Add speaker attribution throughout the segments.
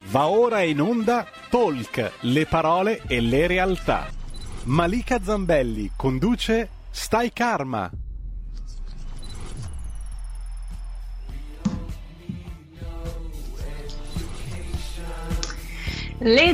Speaker 1: Va ora in onda Talk, le parole e le realtà. Malika Zambelli conduce Stai Karma.
Speaker 2: Le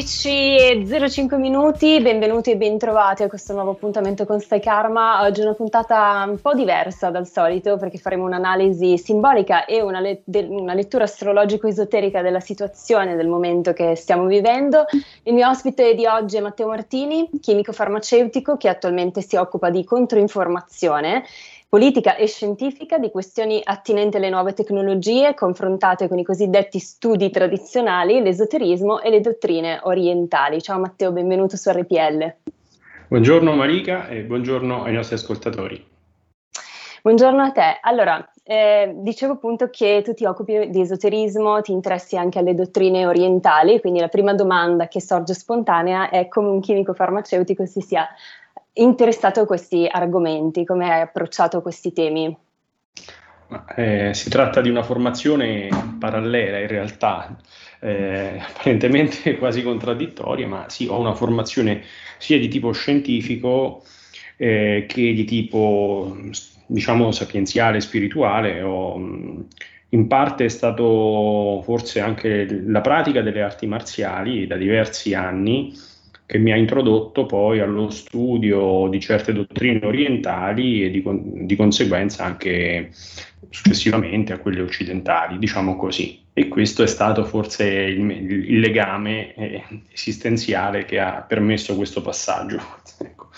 Speaker 2: 12:05, benvenuti e bentrovati a questo nuovo appuntamento con Stai Karma. Oggi è una puntata un po' diversa dal solito perché faremo un'analisi simbolica e una lettura astrologico-esoterica della situazione, del momento che stiamo vivendo. Il mio ospite di oggi è Matteo Martini, chimico farmaceutico che attualmente si occupa di controinformazione politica e scientifica di questioni attinenti alle nuove tecnologie confrontate con i cosiddetti studi tradizionali, l'esoterismo e le dottrine orientali. Ciao Matteo, benvenuto su RPL.
Speaker 3: Buongiorno Malika e buongiorno ai nostri ascoltatori.
Speaker 2: Buongiorno a te. Allora, dicevo appunto che tu ti occupi di esoterismo, ti interessi anche alle dottrine orientali, quindi la prima domanda che sorge spontanea è come un chimico farmaceutico si sia interessato a questi argomenti, come hai approcciato questi temi?
Speaker 3: Si tratta di una formazione parallela in realtà, apparentemente quasi contraddittoria, ma sì, ho una formazione sia di tipo scientifico che di tipo, diciamo, sapienziale, spirituale. In parte è stato forse anche la pratica delle arti marziali da diversi anni che mi ha introdotto poi allo studio di certe dottrine orientali e di conseguenza anche successivamente a quelle occidentali, diciamo così. E questo è stato forse il legame esistenziale che ha permesso questo passaggio. Ecco.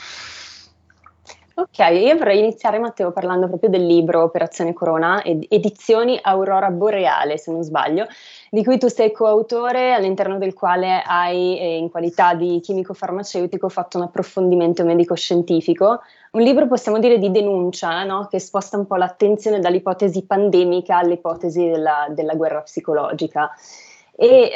Speaker 2: Ok, io vorrei iniziare, Matteo, parlando proprio del libro Operazione Corona, edizioni Aurora Boreale, se non sbaglio, di cui tu sei coautore, all'interno del quale hai, in qualità di chimico farmaceutico, fatto un approfondimento medico-scientifico. Un libro, possiamo dire, di denuncia, no? Che sposta un po' l'attenzione dall'ipotesi pandemica all'ipotesi della guerra psicologica. E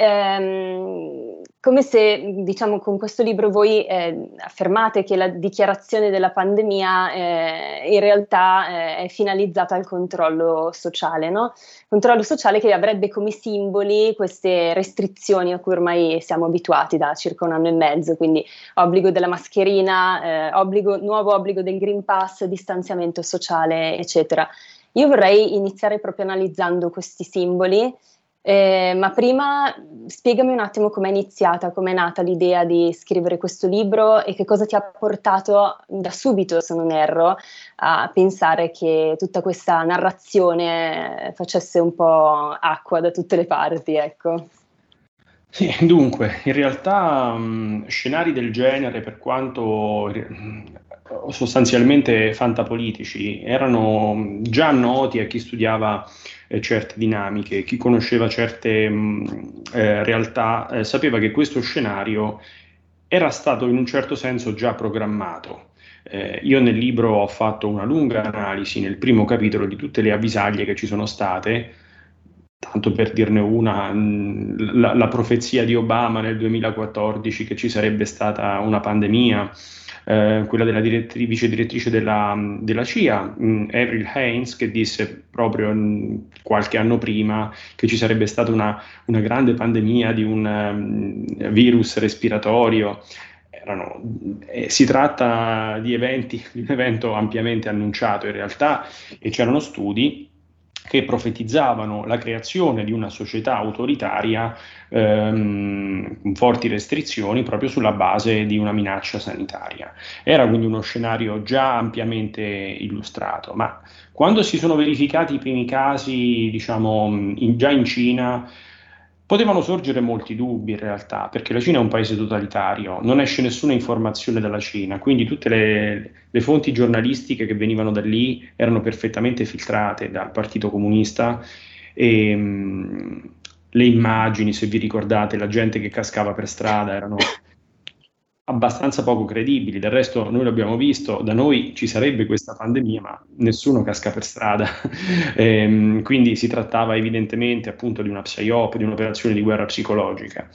Speaker 2: come se, diciamo, con questo libro voi affermate che la dichiarazione della pandemia in realtà è finalizzata al controllo sociale, no? Controllo sociale che avrebbe come simboli queste restrizioni a cui ormai siamo abituati da circa un anno e mezzo, quindi obbligo della mascherina, nuovo obbligo del Green Pass, distanziamento sociale, eccetera. Io vorrei iniziare proprio analizzando questi simboli. Ma prima spiegami un attimo com'è iniziata, com'è nata l'idea di scrivere questo libro e che cosa ti ha portato da subito, se non erro, a pensare che tutta questa narrazione facesse un po' acqua da tutte le parti, ecco.
Speaker 3: Sì, dunque, in realtà scenari del genere, per quanto sostanzialmente fantapolitici, erano già noti a chi studiava certe dinamiche, chi conosceva certe realtà, sapeva che questo scenario era stato in un certo senso già programmato. Io nel libro ho fatto una lunga analisi nel primo capitolo di tutte le avvisaglie che ci sono state. Tanto per dirne una, la profezia di Obama nel 2014 che ci sarebbe stata una pandemia, quella della vice direttrice della CIA, Avril Haines, che disse proprio qualche anno prima che ci sarebbe stata una grande pandemia di un virus respiratorio. Si tratta di un evento ampiamente annunciato in realtà, e c'erano studi che profetizzavano la creazione di una società autoritaria con forti restrizioni proprio sulla base di una minaccia sanitaria. Era quindi uno scenario già ampiamente illustrato, ma quando si sono verificati i primi casi, diciamo, già in Cina, potevano sorgere molti dubbi in realtà, perché la Cina è un paese totalitario, non esce nessuna informazione dalla Cina, quindi tutte le fonti giornalistiche che venivano da lì erano perfettamente filtrate dal Partito Comunista e le immagini, se vi ricordate, la gente che cascava per strada erano abbastanza poco credibili. Del resto noi l'abbiamo visto, da noi ci sarebbe questa pandemia, ma nessuno casca per strada. Quindi si trattava evidentemente appunto di una psyop, di un'operazione di guerra psicologica.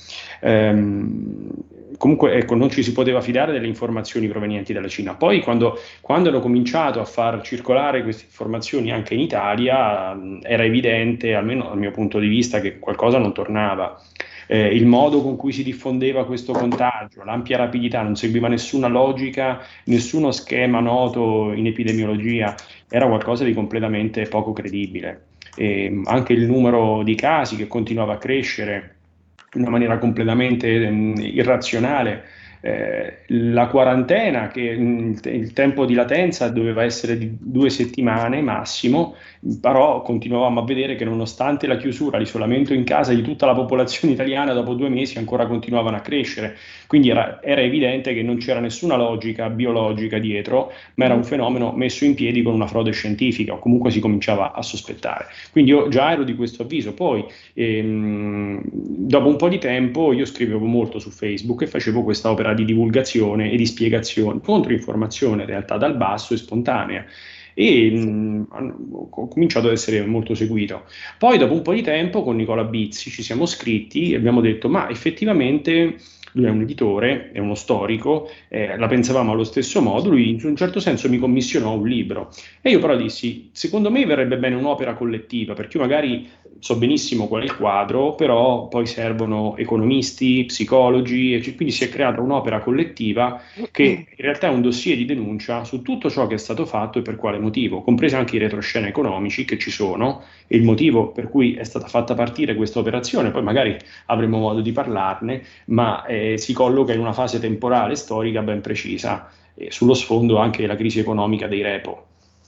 Speaker 3: Comunque ecco, non ci si poteva fidare delle informazioni provenienti dalla Cina. Poi quando hanno cominciato a far circolare queste informazioni anche in Italia, era evidente, almeno dal mio punto di vista, che qualcosa non tornava. il modo con cui si diffondeva questo contagio, l'ampia rapidità, non seguiva nessuna logica, nessuno schema noto in epidemiologia, era qualcosa di completamente poco credibile. E anche il numero di casi che continuava a crescere in una maniera completamente irrazionale. La quarantena, che il tempo di latenza doveva essere di 2 settimane massimo, però continuavamo a vedere che nonostante la chiusura, l'isolamento in casa di tutta la popolazione italiana, dopo 2 mesi ancora continuavano a crescere. Quindi era evidente che non c'era nessuna logica biologica dietro, ma era un fenomeno messo in piedi con una frode scientifica, o comunque si cominciava a sospettare. Quindi io già ero di questo avviso. Poi, dopo un po' di tempo, io scrivevo molto su Facebook e facevo questa opera di divulgazione e di spiegazione, controinformazione in realtà dal basso e spontanea. E ho cominciato ad essere molto seguito. Poi dopo un po' di tempo con Nicola Bizzi ci siamo scritti e abbiamo detto ma effettivamente lui è un editore, è uno storico, la pensavamo allo stesso modo, lui in un certo senso mi commissionò un libro e io però dissi secondo me verrebbe bene un'opera collettiva, perché io magari so benissimo qual è il quadro, però poi servono economisti, psicologi, e quindi si è creata un'opera collettiva che in realtà è un dossier di denuncia su tutto ciò che è stato fatto e per quale motivo, compresi anche i retroscena economici che ci sono e il motivo per cui è stata fatta partire questa operazione. Poi magari avremo modo di parlarne, ma si colloca in una fase temporale storica ben precisa, sullo sfondo anche la crisi economica dei repo.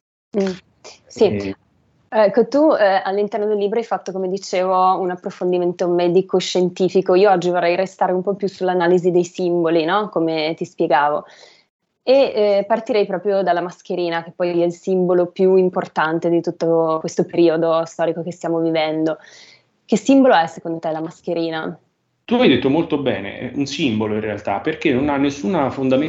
Speaker 2: Sì. Ecco, tu all'interno del libro hai fatto, come dicevo, un approfondimento medico-scientifico. Io oggi vorrei restare un po' più sull'analisi dei simboli, no? Come ti spiegavo. E partirei proprio dalla mascherina, che poi è il simbolo più importante di tutto questo periodo storico che stiamo vivendo. Che simbolo è secondo te la mascherina?
Speaker 3: Tu hai detto molto bene, è un simbolo in realtà, perché non ha nessun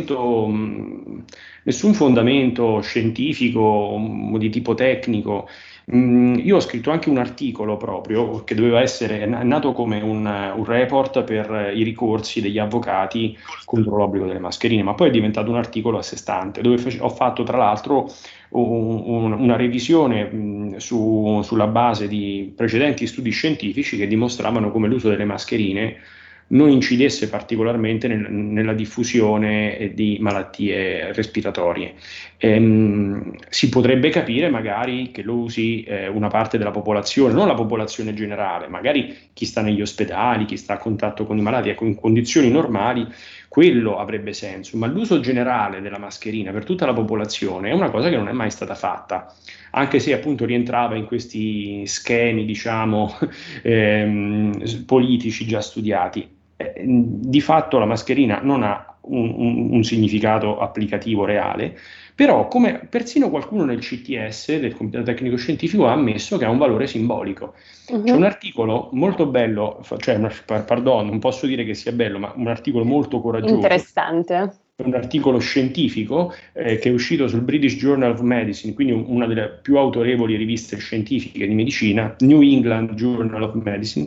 Speaker 3: fondamento scientifico o di tipo tecnico. Io ho scritto anche un articolo proprio che doveva essere è nato come un report per i ricorsi degli avvocati contro l'obbligo delle mascherine, ma poi è diventato un articolo a sé stante, dove ho fatto tra l'altro una revisione sulla base di precedenti studi scientifici che dimostravano come l'uso delle mascherine non incidesse particolarmente nella diffusione di malattie respiratorie. Si potrebbe capire magari che lo usi una parte della popolazione, non la popolazione generale, magari chi sta negli ospedali, chi sta a contatto con i malati, ecco, in condizioni normali, quello avrebbe senso, ma l'uso generale della mascherina per tutta la popolazione è una cosa che non è mai stata fatta, anche se appunto rientrava in questi schemi, diciamo, politici già studiati. Di fatto la mascherina non ha un significato applicativo reale, però come persino qualcuno nel CTS, del Comitato Tecnico Scientifico, ha ammesso che ha un valore simbolico. C'è un articolo molto bello, cioè, pardon, non posso dire che sia bello, ma un articolo molto coraggioso.
Speaker 2: Interessante.
Speaker 3: Un articolo scientifico che è uscito sul British Journal of Medicine, quindi una delle più autorevoli riviste scientifiche di medicina, New England Journal of Medicine,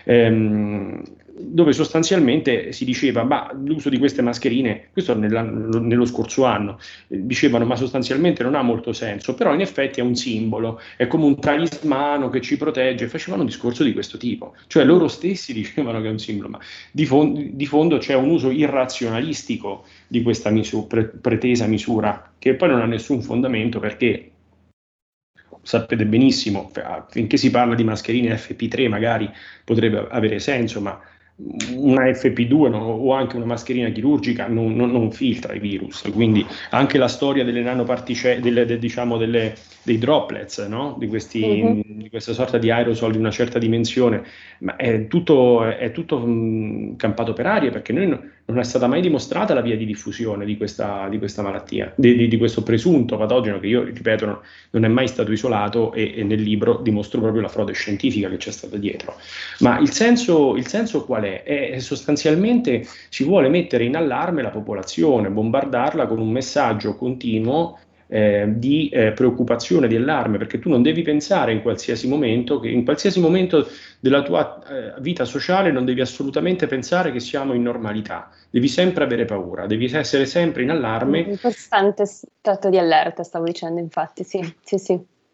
Speaker 3: dove sostanzialmente si diceva, ma l'uso di queste mascherine, questo nello scorso anno, dicevano, ma sostanzialmente non ha molto senso, però in effetti è un simbolo, è come un talismano che ci protegge, facevano un discorso di questo tipo, cioè loro stessi dicevano che è un simbolo, ma di fondo c'è un uso irrazionalistico di questa pretesa misura, che poi non ha nessun fondamento, perché sapete benissimo, finché si parla di mascherine FP3 magari potrebbe avere senso, ma una FP2 o anche una mascherina chirurgica non filtra i virus, quindi anche la storia delle nanoparticelle, diciamo dei droplets, no? Di questa sorta di aerosol di una certa dimensione, ma è tutto campato per aria, perché noi non è stata mai dimostrata la via di diffusione di questa malattia, di questo presunto patogeno che io ripeto non è mai stato isolato, e nel libro dimostro proprio la frode scientifica che c'è stata dietro. Ma il senso qual è? È sostanzialmente si vuole mettere in allarme la popolazione, bombardarla con un messaggio continuo di preoccupazione, di allarme, perché tu non devi pensare in qualsiasi momento della tua vita sociale non devi assolutamente pensare che siamo in normalità, devi sempre avere paura, devi essere sempre in allarme.
Speaker 2: Un costante stato di allerta, stavo dicendo, infatti, sì.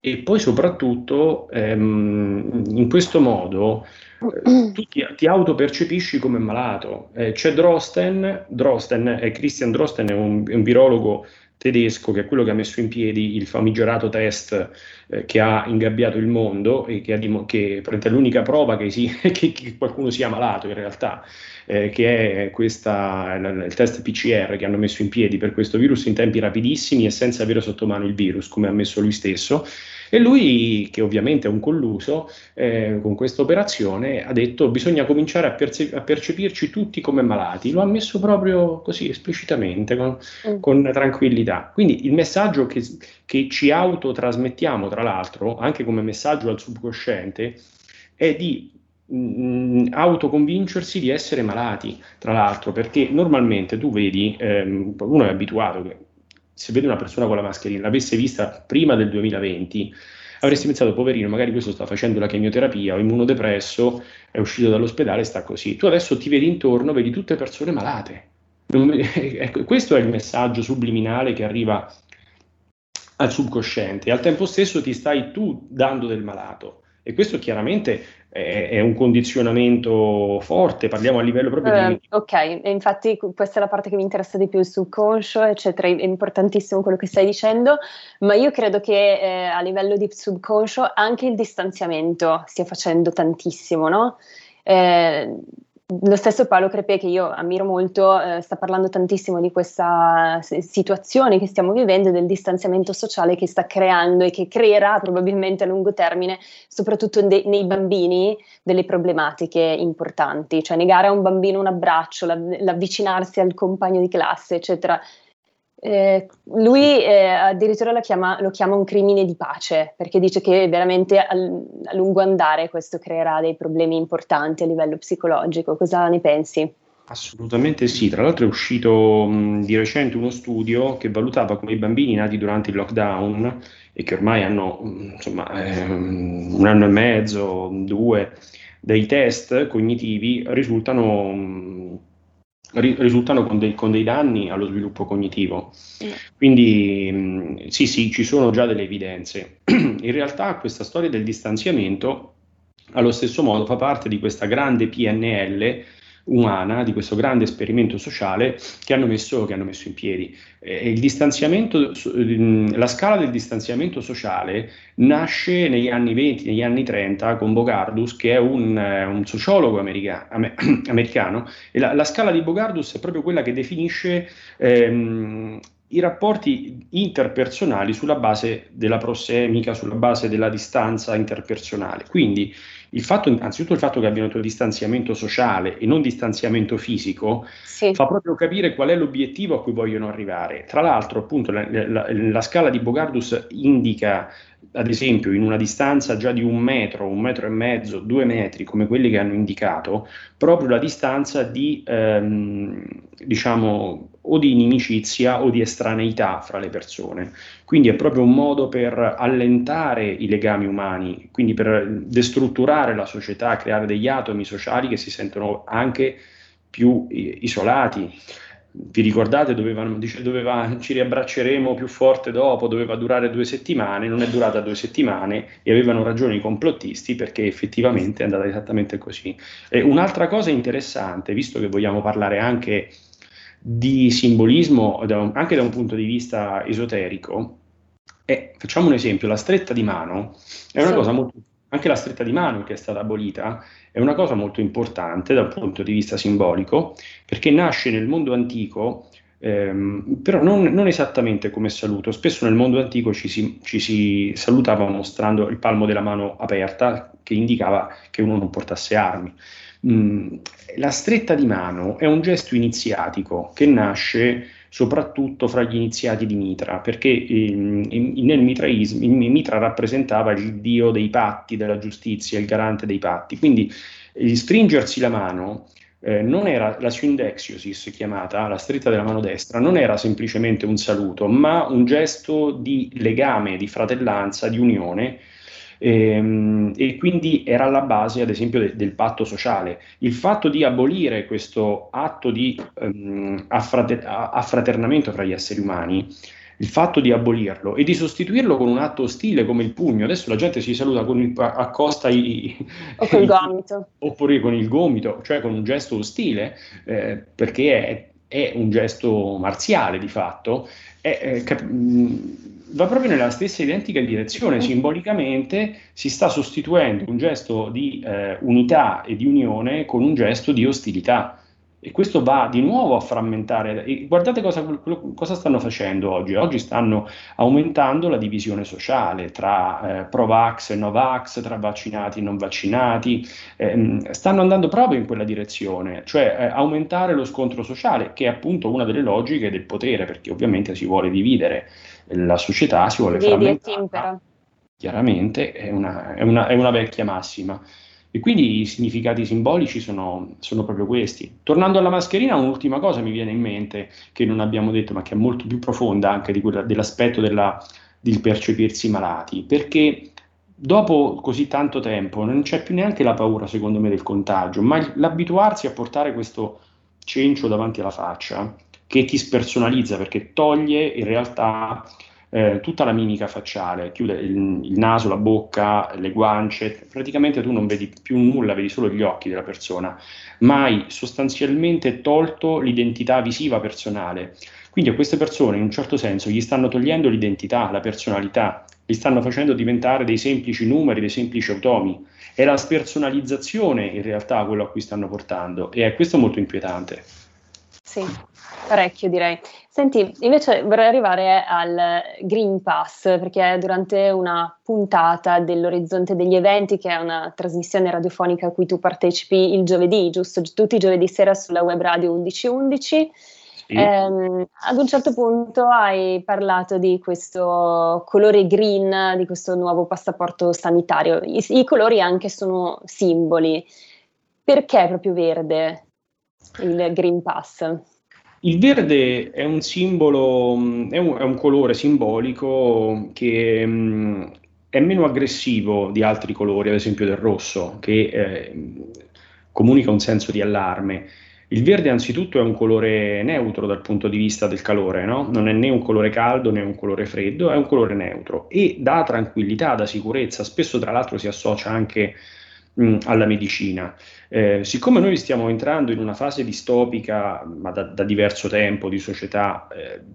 Speaker 3: E poi soprattutto in questo modo tu ti autopercepisci come malato. C'è Christian Drosten è un virologo tedesco che è quello che ha messo in piedi il famigerato test che ha ingabbiato il mondo e che è l'unica prova che qualcuno sia malato in realtà, che è il test PCR che hanno messo in piedi per questo virus in tempi rapidissimi e senza avere sotto mano il virus, come ha ammesso lui stesso. E lui, che ovviamente è un colluso con questa operazione, ha detto bisogna cominciare a percepirci tutti come malati. Lo ha messo proprio così esplicitamente, con tranquillità. Quindi il messaggio che ci autotrasmettiamo, tra l'altro, anche come messaggio al subconsciente, è di autoconvincersi di essere malati, tra l'altro, perché normalmente tu vedi, uno è abituato che se vede una persona con la mascherina, l'avesse vista prima del 2020, avresti pensato, poverino, magari questo sta facendo la chemioterapia o immunodepresso, è uscito dall'ospedale e sta così. Tu adesso ti vedi intorno, vedi tutte persone malate. Ecco, questo è il messaggio subliminale che arriva al subconsciente e al tempo stesso ti stai tu dando del malato. E questo chiaramente è un condizionamento forte, parliamo a livello proprio di...
Speaker 2: Ok, e infatti questa è la parte che mi interessa di più, il subconscio, eccetera, è importantissimo quello che stai dicendo, ma io credo che a livello di subconscio anche il distanziamento stia facendo tantissimo, no? Lo stesso Paolo Crepè, che io ammiro molto, sta parlando tantissimo di questa situazione che stiamo vivendo, del distanziamento sociale che sta creando e che creerà probabilmente a lungo termine, soprattutto nei bambini, delle problematiche importanti, cioè negare a un bambino un abbraccio, l'avvicinarsi al compagno di classe, eccetera. Lui addirittura lo chiama un crimine di pace, perché dice che veramente a lungo andare questo creerà dei problemi importanti a livello psicologico. Cosa ne pensi?
Speaker 3: Assolutamente sì, tra l'altro è uscito di recente uno studio che valutava come i bambini nati durante il lockdown e che ormai hanno insomma, 1 anno e mezzo, 2, dei test cognitivi risultano con dei danni allo sviluppo cognitivo. Quindi sì, ci sono già delle evidenze. In realtà questa storia del distanziamento allo stesso modo fa parte di questa grande PNL umana, di questo grande esperimento sociale che hanno messo in piedi. Il distanziamento, la scala del distanziamento sociale nasce negli anni 20, negli anni 30 con Bogardus, che è un sociologo americano, e la scala di Bogardus è proprio quella che definisce i rapporti interpersonali sulla base della prossemica, sulla base della distanza interpersonale. Quindi anzitutto il fatto che abbiano detto distanziamento sociale e non distanziamento fisico,
Speaker 2: sì,
Speaker 3: fa proprio capire qual è l'obiettivo a cui vogliono arrivare. Tra l'altro, appunto, la scala di Bogardus indica, ad esempio, in una distanza già di 1 metro, 1,5 metri, 2 metri, come quelli che hanno indicato, proprio la distanza di, diciamo, o di inimicizia o di estraneità fra le persone. Quindi è proprio un modo per allentare i legami umani, quindi per destrutturare la società, creare degli atomi sociali che si sentono anche più isolati. Vi ricordate, ci riabbracceremo più forte dopo, doveva durare 2 settimane, non è durata 2 settimane e avevano ragione i complottisti perché effettivamente è andata esattamente così. E un'altra cosa interessante, visto che vogliamo parlare anche di simbolismo, anche da un punto di vista esoterico, facciamo un esempio, la stretta di mano è una cosa molto, anche la stretta di mano che è stata abolita, è una cosa molto importante da un punto di vista simbolico, perché nasce nel mondo antico, però non esattamente come saluto. Spesso nel mondo antico ci si salutava mostrando il palmo della mano aperta, che indicava che uno non portasse armi. La stretta di mano è un gesto iniziatico che nasce soprattutto fra gli iniziati di Mitra, perché nel mitraismo Mitra rappresentava il dio dei patti, della giustizia, il garante dei patti. Quindi stringersi la mano non era la syndexiosis chiamata, la stretta della mano destra, non era semplicemente un saluto, ma un gesto di legame, di fratellanza, di unione. E quindi era alla base, ad esempio, del patto sociale. Il fatto di abolire questo atto di affraternamento fra gli esseri umani il fatto di abolirlo e di sostituirlo con un atto ostile come il pugno. Adesso la gente si saluta con accosta
Speaker 2: O col gomito.
Speaker 3: oppure con il gomito, cioè con un gesto ostile, perché è un gesto marziale di fatto, va proprio nella stessa identica direzione. Simbolicamente si sta sostituendo un gesto di unità e di unione con un gesto di ostilità. E questo va di nuovo a frammentare. E guardate cosa stanno facendo oggi. Oggi stanno aumentando la divisione sociale tra pro-vax e no-vax, tra vaccinati e non vaccinati. Stanno andando proprio in quella direzione, cioè aumentare lo scontro sociale, che è appunto una delle logiche del potere, perché ovviamente si vuole dividere la società, si vuole frammentare. Chiaramente è una vecchia massima. E quindi i significati simbolici sono proprio questi. Tornando alla mascherina, un'ultima cosa mi viene in mente che non abbiamo detto, ma che è molto più profonda anche dell'aspetto del percepirsi malati, perché dopo così tanto tempo non c'è più neanche la paura, secondo me, del contagio, ma l'abituarsi a portare questo cencio davanti alla faccia che ti spersonalizza, perché toglie in realtà tutta la mimica facciale, chiude il naso, la bocca, le guance, praticamente tu non vedi più nulla, vedi solo gli occhi della persona, ma hai sostanzialmente tolto l'identità visiva personale. Quindi a queste persone in un certo senso gli stanno togliendo l'identità, la personalità, li stanno facendo diventare dei semplici numeri, dei semplici automi. È la spersonalizzazione in realtà quello a cui stanno portando e è questo molto inquietante.
Speaker 2: Sì, parecchio direi. Senti, invece vorrei arrivare al Green Pass, perché durante una puntata dell'Orizzonte degli Eventi, che è una trasmissione radiofonica a cui tu partecipi il giovedì, giusto? Tutti i giovedì sera sulla web radio 1111,
Speaker 3: Sì.
Speaker 2: ad un certo punto hai parlato di questo colore green, di questo nuovo passaporto sanitario. I colori anche sono simboli. Perché proprio verde? Il Green Pass.
Speaker 3: Il verde è un simbolo, è un colore simbolico che è meno aggressivo di altri colori, ad esempio del rosso, che comunica un senso di allarme. Il verde anzitutto è un colore neutro dal punto di vista del calore, no? Non è né un colore caldo né un colore freddo, è un colore neutro e dà tranquillità, dà sicurezza, spesso tra l'altro si associa anche alla medicina. Siccome noi stiamo entrando in una fase distopica, ma da diverso tempo, di società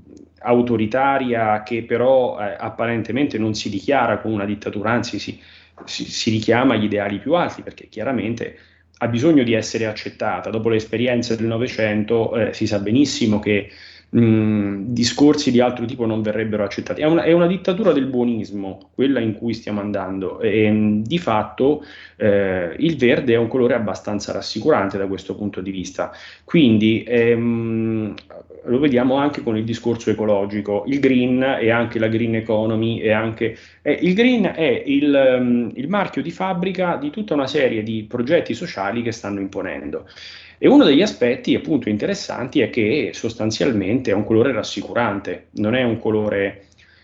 Speaker 3: autoritaria che però apparentemente non si dichiara come una dittatura, anzi si richiama agli ideali più alti, perché chiaramente ha bisogno di essere accettata. Dopo le esperienze del Novecento si sa benissimo che discorsi di altro tipo non verrebbero accettati. È una dittatura del buonismo, quella in cui stiamo andando, e di fatto il verde è un colore abbastanza rassicurante da questo punto di vista. Quindi lo vediamo anche con il discorso ecologico. Il green e anche la green economy il green è il marchio di fabbrica di tutta una serie di progetti sociali che stanno imponendo. E uno degli aspetti appunto interessanti è che sostanzialmente è un colore rassicurante, non è un colore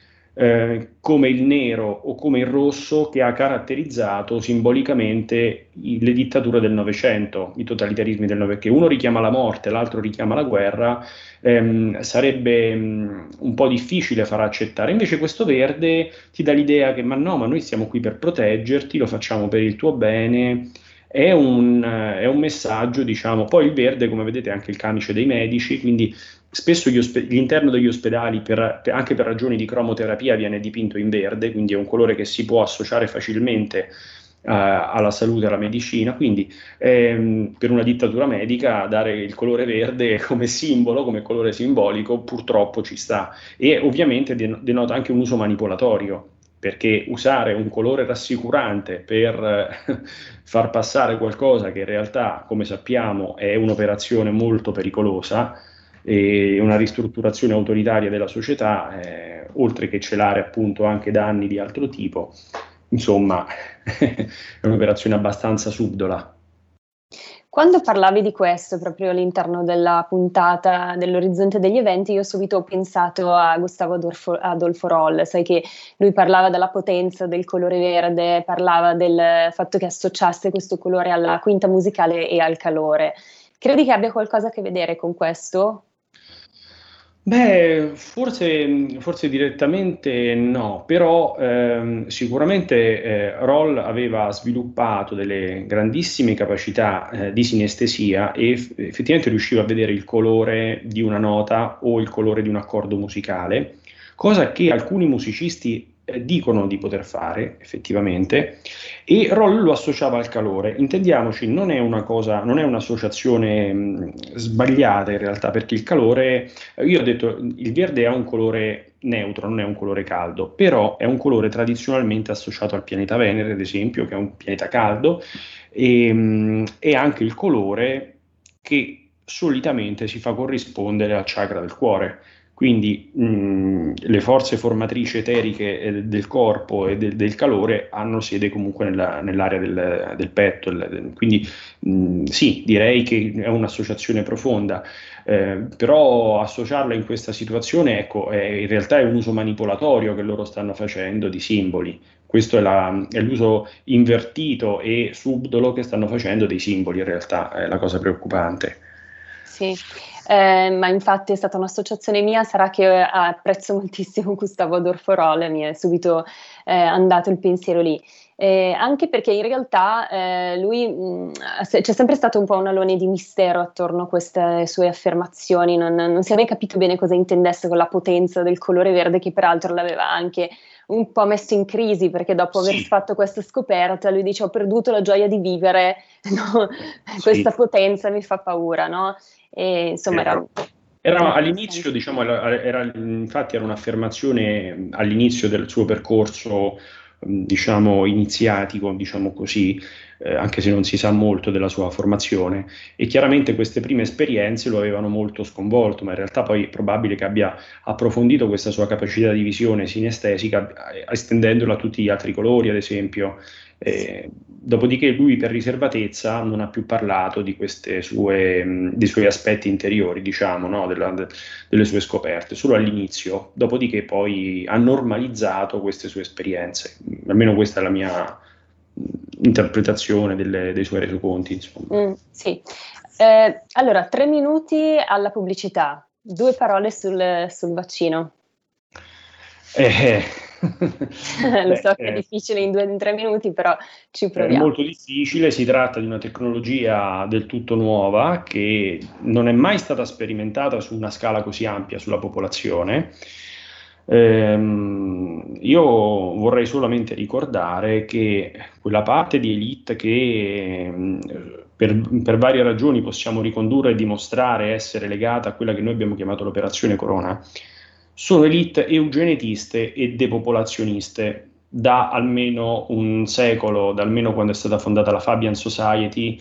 Speaker 3: come il nero o come il rosso che ha caratterizzato simbolicamente le dittature del Novecento, i totalitarismi del Novecento, che uno richiama la morte, l'altro richiama la guerra, sarebbe un po' difficile far accettare. Invece questo verde ti dà l'idea che ma no, ma noi siamo qui per proteggerti, lo facciamo per il tuo bene. È un messaggio, diciamo, poi il verde, come vedete, è anche il camice dei medici, quindi spesso l'interno degli ospedali, anche per ragioni di cromoterapia, viene dipinto in verde, quindi è un colore che si può associare facilmente alla salute e alla medicina, quindi per una dittatura medica dare il colore verde come simbolo, come colore simbolico, purtroppo ci sta, e ovviamente denota anche un uso manipolatorio, perché usare un colore rassicurante per far passare qualcosa che in realtà, come sappiamo, è un'operazione molto pericolosa e una ristrutturazione autoritaria della società, oltre che celare appunto anche danni di altro tipo, insomma, è un'operazione abbastanza subdola.
Speaker 2: Quando parlavi di questo, proprio all'interno della puntata dell'Orizzonte degli Eventi, io subito ho pensato a Gustavo Adolfo Roll, sai che lui parlava della potenza del colore verde, parlava del fatto che associasse questo colore alla quinta musicale e al calore. Credi che abbia qualcosa a che vedere con questo?
Speaker 3: Beh, forse direttamente no, però sicuramente Roll aveva sviluppato delle grandissime capacità di sinestesia e effettivamente riusciva a vedere il colore di una nota o il colore di un accordo musicale, cosa che alcuni musicisti dicono di poter fare effettivamente, e Roll lo associava al calore. Intendiamoci, non è una cosa, non è un'associazione sbagliata in realtà, perché il calore, io ho detto, il verde ha un colore neutro, non è un colore caldo, però è un colore tradizionalmente associato al pianeta Venere, ad esempio, che è un pianeta caldo, e anche il colore che solitamente si fa corrispondere al chakra del cuore. Quindi le forze formatrici eteriche del corpo e del calore hanno sede comunque nell'area del petto. Quindi sì, direi che è un'associazione profonda. Però associarla in questa situazione, ecco, in realtà è un uso manipolatorio che loro stanno facendo di simboli. Questo è l'uso invertito e subdolo che stanno facendo dei simboli, in realtà è la cosa preoccupante.
Speaker 2: Sì, ma infatti è stata un'associazione mia, sarà che apprezzo moltissimo Gustavo Adolfo Roll e mi è subito andato il pensiero lì. Anche perché in realtà lui c'è sempre stato un po' un alone di mistero attorno a queste sue affermazioni, non si è mai capito bene cosa intendesse con la potenza del colore verde, che peraltro l'aveva anche un po' messo in crisi, perché dopo aver
Speaker 3: Sì,
Speaker 2: fatto questa scoperta lui dice: ho perduto la gioia di vivere, no?
Speaker 3: sì.
Speaker 2: Questa potenza mi fa paura, no? E insomma
Speaker 3: Era all'inizio,
Speaker 2: interessante.
Speaker 3: diciamo, infatti era un'affermazione all'inizio del suo percorso, diciamo, iniziatico, diciamo così, anche se non si sa molto della sua formazione. E chiaramente queste prime esperienze lo avevano molto sconvolto, ma in realtà poi è probabile che abbia approfondito questa sua capacità di visione sinestesica, estendendola a tutti gli altri colori, ad esempio. Dopodiché lui per riservatezza non ha più parlato di dei suoi aspetti interiori, diciamo, no? Delle sue scoperte, solo all'inizio, dopodiché poi ha normalizzato queste sue esperienze. Almeno questa è la mia interpretazione dei suoi resoconti, insomma.
Speaker 2: Sì. Allora, 3 minuti alla pubblicità, 2 parole sul vaccino.
Speaker 3: Eh,
Speaker 2: Lo
Speaker 3: beh,
Speaker 2: so che è difficile in 3 minuti, però ci
Speaker 3: è
Speaker 2: proviamo.
Speaker 3: molto difficile, si tratta di una tecnologia del tutto nuova che non è mai stata sperimentata su una scala così ampia sulla popolazione. Io vorrei solamente ricordare che quella parte di elite che per varie ragioni possiamo ricondurre e dimostrare essere legata a quella che noi abbiamo chiamato l'operazione Corona, sono elite eugenetiste e depopolazioniste da almeno un secolo, da almeno quando è stata fondata la Fabian Society,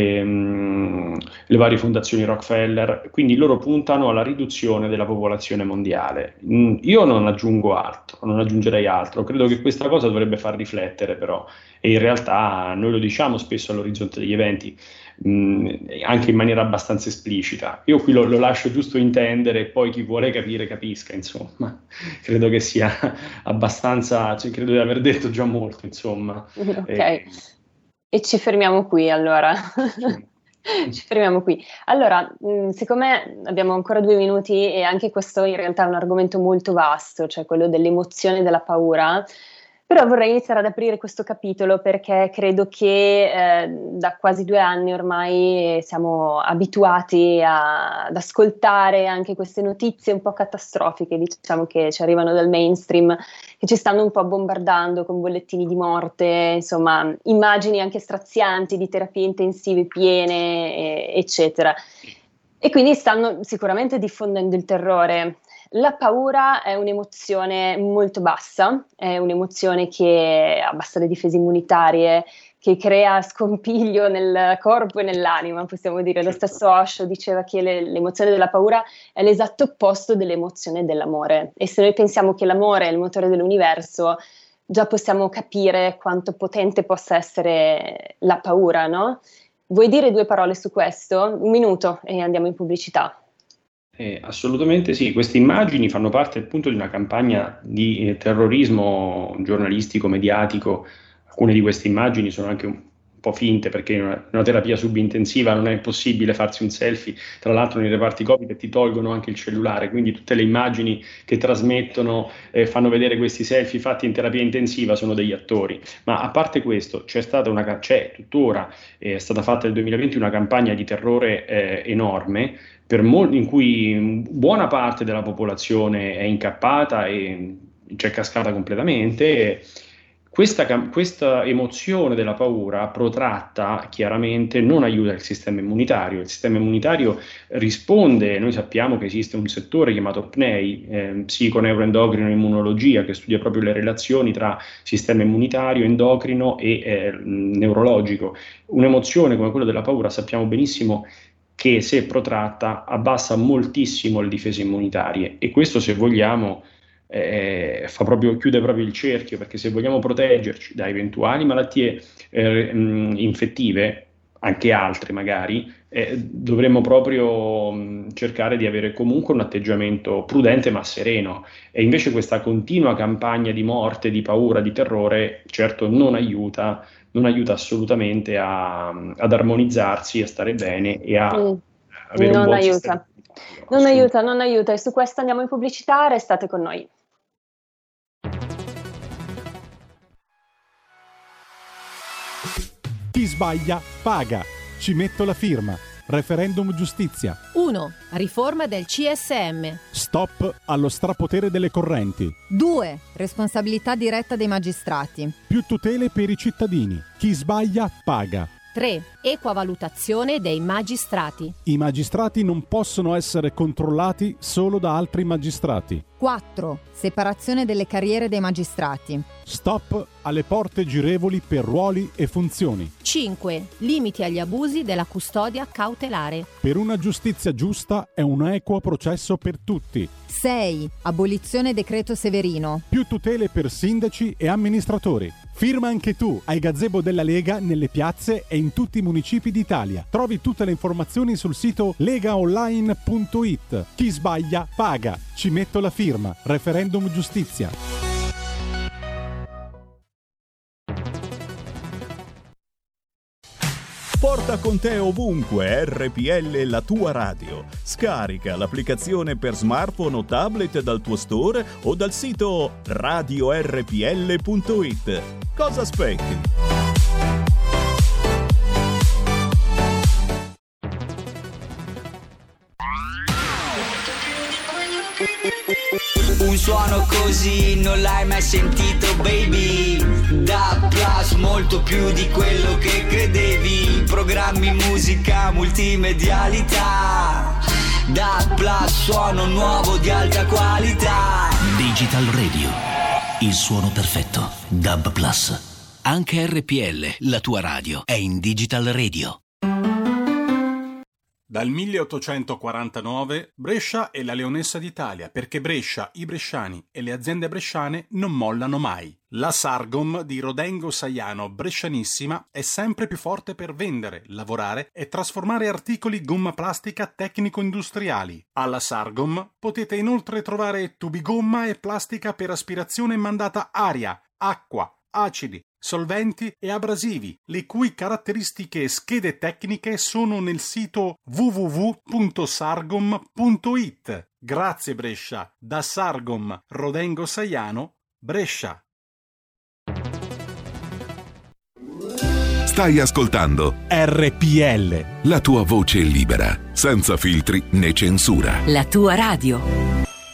Speaker 3: le varie fondazioni Rockefeller, quindi loro puntano alla riduzione della popolazione mondiale. Io non aggiungo altro, non aggiungerei altro, credo che questa cosa dovrebbe far riflettere però, e in realtà noi lo diciamo spesso all'orizzonte degli eventi, anche in maniera abbastanza esplicita. Io qui lo lascio giusto intendere e poi chi vuole capire capisca, insomma. Credo che sia abbastanza, cioè, credo di aver detto già molto, insomma.
Speaker 2: Ok,
Speaker 3: Eh,
Speaker 2: e ci fermiamo qui allora.
Speaker 3: sì.
Speaker 2: Ci fermiamo qui. Allora, siccome abbiamo ancora 2 minuti e anche questo in realtà è un argomento molto vasto, cioè quello dell'emozione e della paura, però vorrei iniziare ad aprire questo capitolo perché credo che da quasi 2 anni ormai siamo abituati ad ascoltare anche queste notizie un po' catastrofiche, diciamo che ci arrivano dal mainstream, che ci stanno un po' bombardando con bollettini di morte, insomma, immagini anche strazianti di terapie intensive piene, eccetera. E quindi stanno sicuramente diffondendo il terrore. La paura è un'emozione molto bassa, è un'emozione che abbassa le difese immunitarie, che crea scompiglio nel corpo e nell'anima, possiamo dire. Lo stesso Osho diceva che l'emozione della paura è l'esatto opposto dell'emozione dell'amore. E se noi pensiamo che l'amore è il motore dell'universo, già possiamo capire quanto potente possa essere la paura, no? Vuoi dire 2 parole su questo? 1 minuto e andiamo in pubblicità.
Speaker 3: Assolutamente sì, queste immagini fanno parte appunto di una campagna di terrorismo giornalistico, mediatico. Alcune di queste immagini sono anche un po' finte, perché in una terapia subintensiva non è possibile farsi un selfie, tra l'altro nei reparti Covid ti tolgono anche il cellulare, quindi tutte le immagini che trasmettono fanno vedere questi selfie fatti in terapia intensiva sono degli attori. Ma a parte questo c'è tuttora, è stata fatta nel 2020 una campagna di terrore enorme, in cui buona parte della popolazione è incappata e c'è cascata completamente. Questa emozione della paura protratta chiaramente non aiuta il sistema immunitario. Il sistema immunitario risponde, noi sappiamo che esiste un settore chiamato PNEI, psiconeuroendocrino immunologia, che studia proprio le relazioni tra sistema immunitario, endocrino e neurologico. Un'emozione come quella della paura sappiamo benissimo che se protratta abbassa moltissimo le difese immunitarie, e questo, se vogliamo, chiude proprio il cerchio, perché se vogliamo proteggerci da eventuali malattie infettive, anche altre magari, dovremmo proprio cercare di avere comunque un atteggiamento prudente ma sereno, e invece questa continua campagna di morte, di paura, di terrore, certo non aiuta assolutamente ad armonizzarsi, a stare bene e a avere un buon sistema.
Speaker 2: Non aiuta, e su questo andiamo in pubblicità, restate con noi.
Speaker 1: Chi sbaglia paga. Ci metto la firma. Referendum giustizia.
Speaker 4: 1. Riforma del CSM.
Speaker 1: Stop allo strapotere delle correnti.
Speaker 4: 2. Responsabilità diretta dei magistrati.
Speaker 1: Più tutele per i cittadini. Chi sbaglia paga.
Speaker 4: 3. Equa valutazione dei magistrati.
Speaker 1: I magistrati non possono essere controllati solo da altri magistrati.
Speaker 4: 4. Separazione delle carriere dei magistrati.
Speaker 1: Stop alle porte girevoli per ruoli e funzioni.
Speaker 4: 5. Limiti agli abusi della custodia cautelare.
Speaker 1: Per una giustizia giusta e un equo processo per tutti.
Speaker 4: 6. Abolizione decreto Severino.
Speaker 1: Più tutele per sindaci e amministratori. Firma anche tu ai gazebo della Lega nelle piazze e in tutti i municipi d'Italia. Trovi tutte le informazioni sul sito legaonline.it. Chi sbaglia paga. Ci metto la firma. Referendum giustizia.
Speaker 5: Porta con te ovunque RPL, la tua radio. Scarica l'applicazione per smartphone o tablet dal tuo store o dal sito radiorpl.it. Cosa aspetti?
Speaker 6: Un suono così non l'hai mai sentito, baby. Da Plus, molto più di quello che credevi. Programmi, musica, multimedialità. Da Plus, suono nuovo di alta qualità.
Speaker 7: Digital Radio, il suono perfetto. DAB Plus. Anche RPL, la tua radio, è in Digital Radio.
Speaker 1: Dal 1849 Brescia è la leonessa d'Italia, perché Brescia, i bresciani e le aziende bresciane non mollano mai. La Sargom di Rodengo Saiano, brescianissima, è sempre più forte per vendere, lavorare e trasformare articoli gomma plastica tecnico-industriali. Alla Sargom potete inoltre trovare tubi gomma e plastica per aspirazione mandata aria, acqua, acidi, solventi e abrasivi, le cui caratteristiche e schede tecniche sono nel sito www.sargom.it. Grazie Brescia, da Sargom Rodengo Saiano, Brescia.
Speaker 8: Stai ascoltando
Speaker 1: RPL,
Speaker 8: la tua voce libera, senza filtri né censura.
Speaker 4: La tua radio.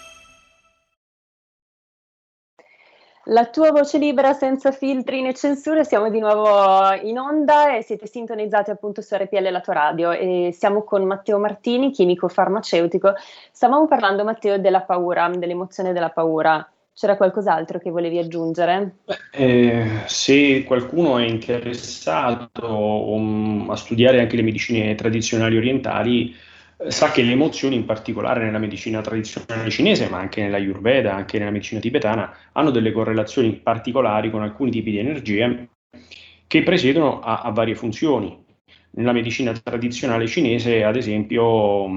Speaker 2: La tua voce libera, senza filtri né censure. Siamo di nuovo in onda e siete sintonizzati appunto su RPL, la tua radio, e siamo con Matteo Martini, chimico farmaceutico. Stavamo parlando, Matteo, della paura, dell'emozione della paura. C'era qualcos'altro che volevi aggiungere?
Speaker 3: Se qualcuno è interessato a studiare anche le medicine tradizionali orientali, sa che le emozioni, in particolare nella medicina tradizionale cinese, ma anche nella Ayurveda, anche nella medicina tibetana, hanno delle correlazioni particolari con alcuni tipi di energie che presiedono a varie funzioni. Nella medicina tradizionale cinese, ad esempio,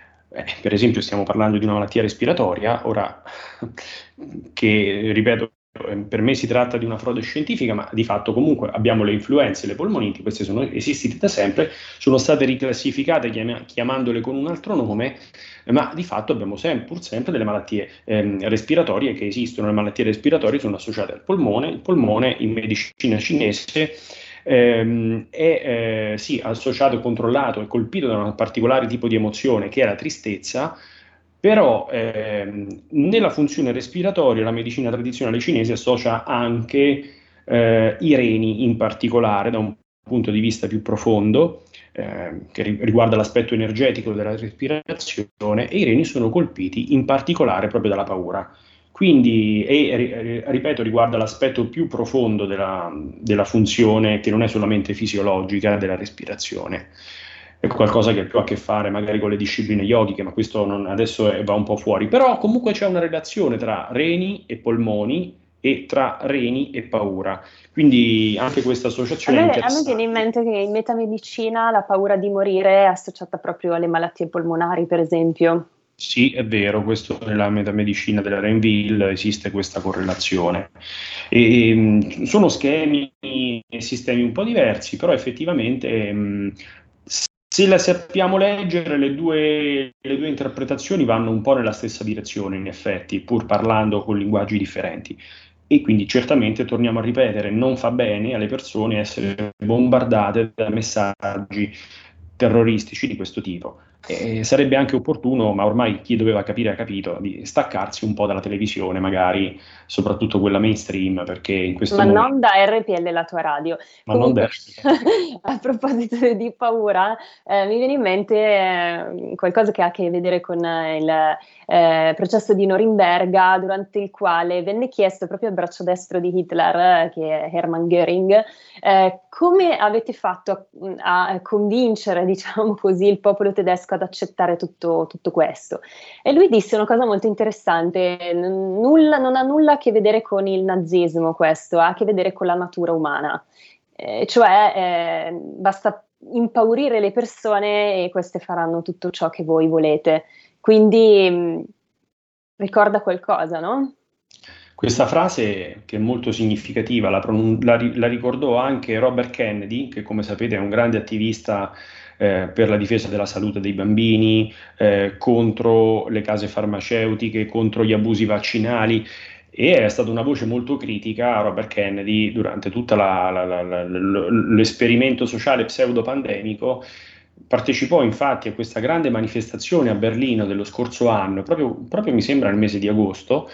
Speaker 3: per esempio stiamo parlando di una malattia respiratoria, ora che, ripeto, per me si tratta di una frode scientifica, ma di fatto comunque abbiamo le influenze, le polmoniti, queste sono esistite da sempre, sono state riclassificate chiamandole con un altro nome, ma di fatto abbiamo pur sempre delle malattie respiratorie che esistono. Le malattie respiratorie sono associate al polmone. Il polmone in medicina cinese è sì, associato, controllato e colpito da un particolare tipo di emozione che è la tristezza, però nella funzione respiratoria la medicina tradizionale cinese associa anche i reni in particolare da un punto di vista più profondo, che riguarda l'aspetto energetico della respirazione, e i reni sono colpiti in particolare proprio dalla paura. Quindi, ripeto, riguarda l'aspetto più profondo della funzione, che non è solamente fisiologica, della respirazione. È qualcosa che più ha a che fare magari con le discipline yogiche, ma questo adesso va un po' fuori. Però comunque c'è una relazione tra reni e polmoni e tra reni e paura. Quindi anche questa associazione è interessante.
Speaker 2: A me viene in mente che in metamedicina la paura di morire è associata proprio alle malattie polmonari, per esempio.
Speaker 3: Sì, è vero, questo nella metamedicina della Rainville esiste questa correlazione. Sono schemi e sistemi un po' diversi, però effettivamente se la sappiamo leggere, le due interpretazioni vanno un po' nella stessa direzione, in effetti, pur parlando con linguaggi differenti. E quindi certamente, torniamo a ripetere, non fa bene alle persone essere bombardate da messaggi terroristici di questo tipo. Sarebbe anche opportuno, ma ormai chi doveva capire ha capito, di staccarsi un po' dalla televisione, magari, soprattutto quella mainstream, perché in questo momento...
Speaker 2: non da RPL, la tua radio.
Speaker 3: Ma comunque,
Speaker 2: a proposito di paura, mi viene in mente qualcosa che ha a che vedere con il processo di Norimberga, durante il quale venne chiesto proprio al braccio destro di Hitler, che è Hermann Göring, come avete fatto a convincere, diciamo così, il popolo tedesco ad accettare tutto questo. E lui disse una cosa molto interessante: non ha nulla a che vedere con il nazismo, questo ha a che vedere con la natura umana, cioè basta impaurire le persone e queste faranno tutto ciò che voi volete. Quindi ricorda qualcosa, no?
Speaker 3: Questa frase, che è molto significativa, la ricordò anche Robert Kennedy, che come sapete è un grande attivista per la difesa della salute dei bambini, contro le case farmaceutiche, contro gli abusi vaccinali, e è stata una voce molto critica a Robert Kennedy durante tutto l'esperimento sociale pseudo-pandemico. Partecipò infatti a questa grande manifestazione a Berlino dello scorso anno, proprio mi sembra nel mese di agosto,